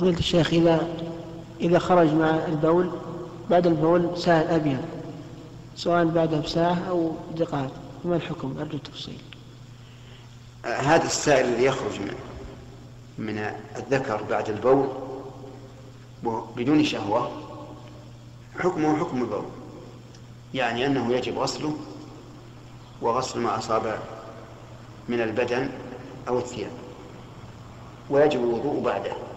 قلت الشيخ إذا خرج مع البول بعد البول سائل أبيض سواء بعدها بساعة أو دقائق، ما الحكم؟ أرجو التفصيل. هذا السائل الذي يخرج من الذكر بعد البول بدون شهوة حكمه حكم البول، يعني أنه يجب غسله وغسل ما أصاب من البدن أو الثياب، ويجب الوضوء بعده.